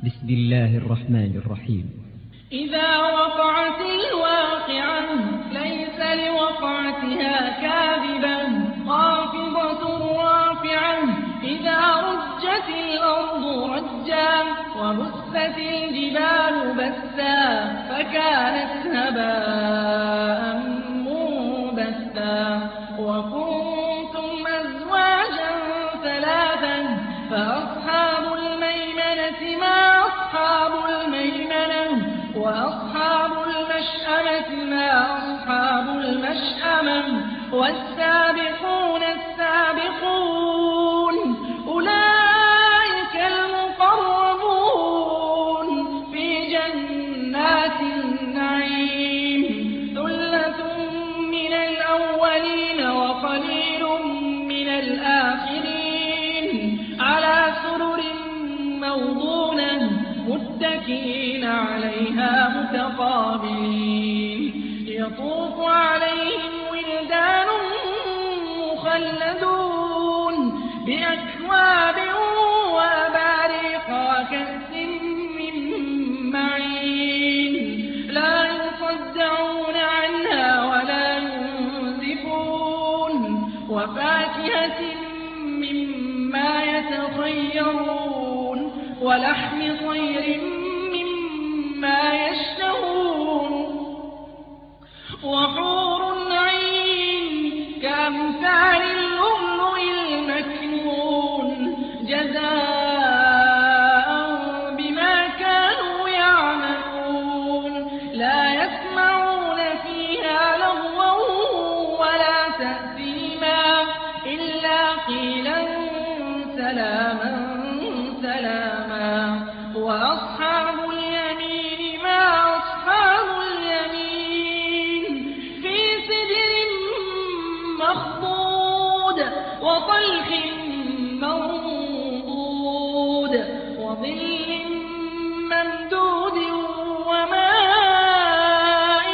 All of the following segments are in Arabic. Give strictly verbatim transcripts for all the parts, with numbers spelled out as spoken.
بسم الله الرحمن الرحيم. إذا وقعت الواقعة ليس لوقعتها كاذبة خافضة رافعة إذا رجت الأرض رجا وبست الجبال بسا فكانت هباء منبثا وكنتم أزواجا ثلاثا فأصحاب الميمنة ما أصحاب الميمنة وأصحاب المشأمة ما أصحاب المشأمة والسابقون السابقون أولئك المقربون في جنات النعيم ثلة من الأولين وقليل من الآخرين على سرر موضونة متكئين عليها متقابلين يطوف عليهم ولدان مخلدون بأكواب وأباريق وكأس من معين لا يصدعون عنها ولا ينزفون وفاكهة مما يتخيرون ولحم طير مما يشتهون وحور عين كأمثال اللؤلؤ المكنون جزاء بما كانوا يعملون لا يسمعون فيها لغوا ولا تأثيما إلا قيلا سلاما سلاما وأصحاب اليمين ما أصحاب اليمين في سدر مخضود وطلح منضود وظل ممدود وماء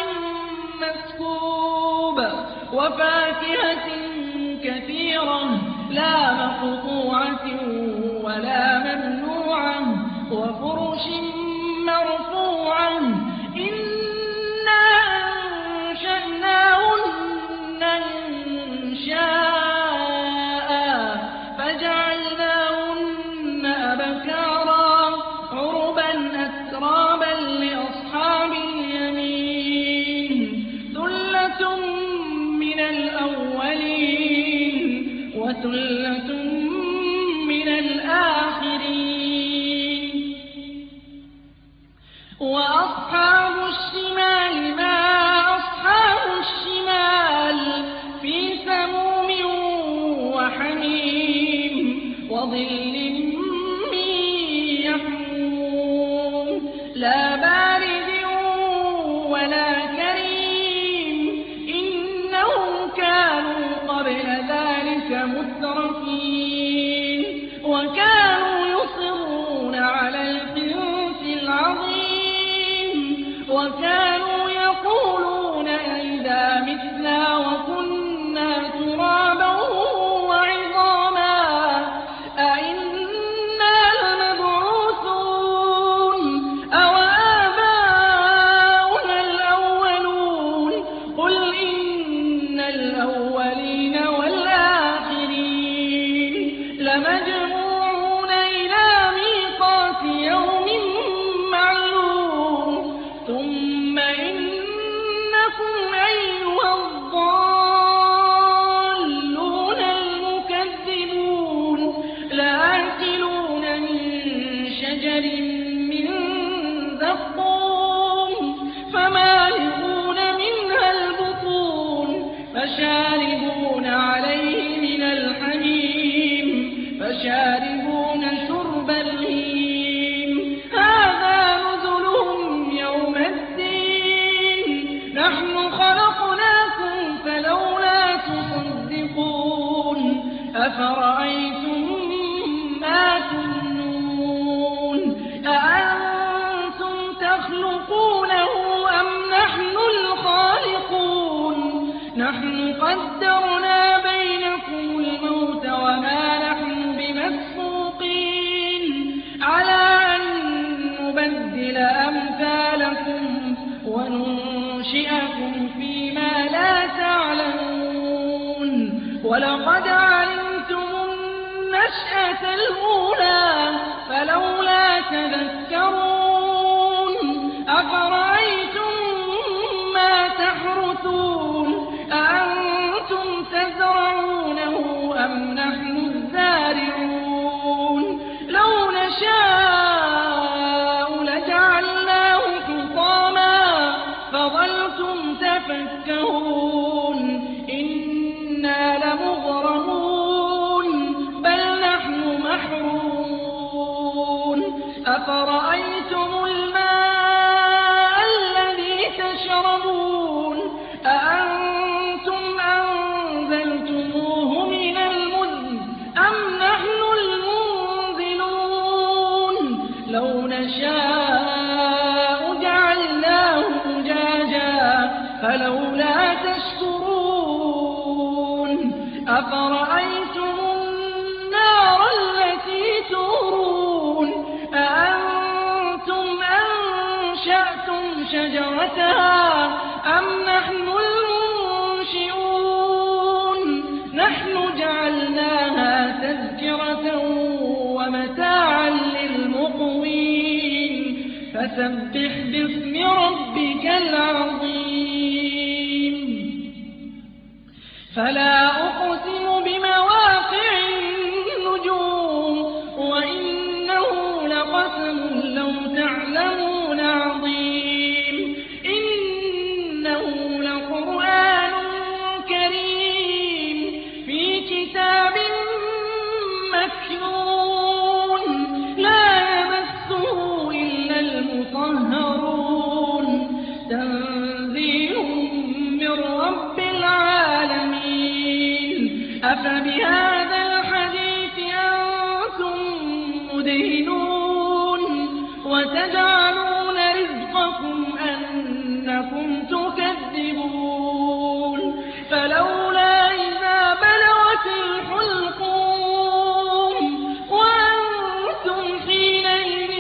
مسكوب وفاكهة كثيرة لا مقطوعة ولا ممنوعة وفرش مرفوعة إنا أنشأناهن إنشاء فجعلناهن أبكارا عربا أترابا لأصحاب اليمين ثلة من الأولين وثلة من الآخرين وأصحاب الشمال ما أصحاب الشمال في سموم وحميم وظل من يحموم لا بارد ولا كريم إنهم كانوا قبل ذلك مترفين وكانوا يصرون على الحنث العظيم وكانوا يقولون أئذا متنا وكنا ترابا وعظاما أئنا لمبعوثون أو آباؤنا الأولون قل إن الأولين والآخرين لمجموعون إلى ميقات يوم معلوم ثم إنكم أيها الضالون المكذبون لآكلون من شجر من زقوم فمالئون منها البطون فشاربون عليه من الحميم فشاربون شرب الهيم هذا نزلهم يوم الدين نحن خلقناكم فلولا تصدقون أفرأيتم ما تمنون أأنتم تخلقون وَلَقَدْ عَلِمْتُمُ النَّشْأَةَ الْأُولَىٰ فَلَوْلَا تَذَكَّرُونَ أَفَرَأَيْتُم مَّا تَحْرُثُونَ أَأَنتُمْ تَزْرَعُونَهُ أَمْ نَحْنُ الزَّارِعُونَ لَوْ نَشَاءُ لَجَعَلْنَاهُ حُطَامًا فَظَلْتُمْ تَفَكَّهُونَ إِنَّا لَمُغْرَمُونَ بَلْ نَحْنُ مَحْرُومُونَ أَفَرَأَيْتُمُ الْمَاءَ الَّذِي تَشْرَبُونَ أَأَنتُمْ أَنزَلْتُمُوهُ مِنَ الْمُزْنِ أَمْ نَحْنُ الْمُنزِلُونَ لَوْ نَشَاءُ جَعَلْنَاهُ أُجَاجًا فَلَوْلَا تَشْكُرُونَ أَفَرَأَيْتُمُ النَّارَ الَّتِي تُورُونَ أَأَنتُمْ أَنشَأْتُمْ شَجَرَتَهَا أَمْ نَحْنُ الْمُنشِئُونَ نَحْنُ جَعَلْنَاهَا تَذْكِرَةً وَمَتَاعًا لِّلْمُقْوِينَ فَسَبِّحْ بِاسْمِ رَبِّكَ الْعَظِيمِ فَلَا أُقْسِمُ بِمَوَاقِعِ النُّجُومِ وَإِنَّهُ لَقَسَمٌ لَّوْ تَعْلَمُونَ عَظِيمٌ إِنَّهُ لَقُرْآنٌ كَرِيمٌ فِي كِتَابٍ مَّكْنُونٍ لَّا يَمَسُّهُ إِلَّا الْمُطَهَّرُونَ تَنزِيلٌ مِّن رَّبِّ الْعَالَمِينَ أَفَبِهَٰذَا الْحَدِيثِ أَنتُم مُّدْهِنُونَ وَتَجْعَلُونَ رِزْقَكُمْ أَنَّكُمْ تُكَذِّبُونَ فَلَوْلَا إِذَا بَلَغَتِ الْحُلْقُومَ وَأَنتُمْ حِينَئِذٍ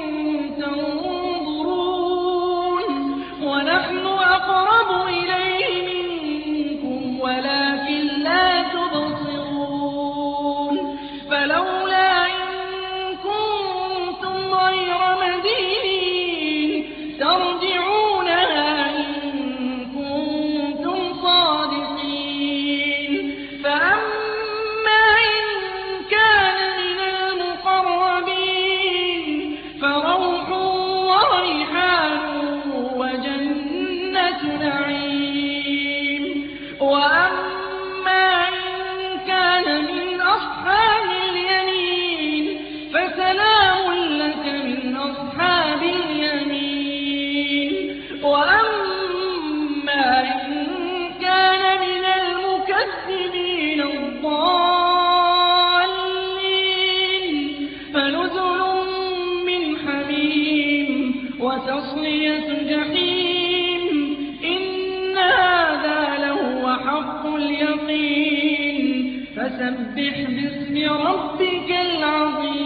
تَنظُرُونَ وَنَحْنُ أَقْرَبُ إِلَيْهِ مِنكُمْ وَلَٰكِن لَّا تُبْصِرُونَ فَلَوْلَا إِن كُنتُمْ غَيْرَ مَدِينِينَ تَرْجِعُونَهَا إِن كُنتُمْ صَادِقِينَ فَأَمَّا إِن كَانَ مِنَ الْمُقَرَّبِينَ فَرَوْحٌ وَرَيْحَانٌ وَجَنَّتُ نَعِيمٍ وَأَمَّا إِن كَانَ مِنْ أَصْحَابِ الْيَمِينِ فَسَلَامٌ لَّكَ مِنْ أَصْحَابِ الْيَمِينِ وَأَمَّا إِن كَانَ مِنَ الْمُكَذِّبِينَ الضَّالِّينَ فَنُزُلٌ مِّنْ حَمِيمٍ وَتَصْلِيَةُ جَحِيمٍ إِنَّ هَٰذَا لَهُوَ حَقُّ الْيَقِينِ فَسَبِّحْ بِاسْمِ رَبِّكَ الْعَظِيمِ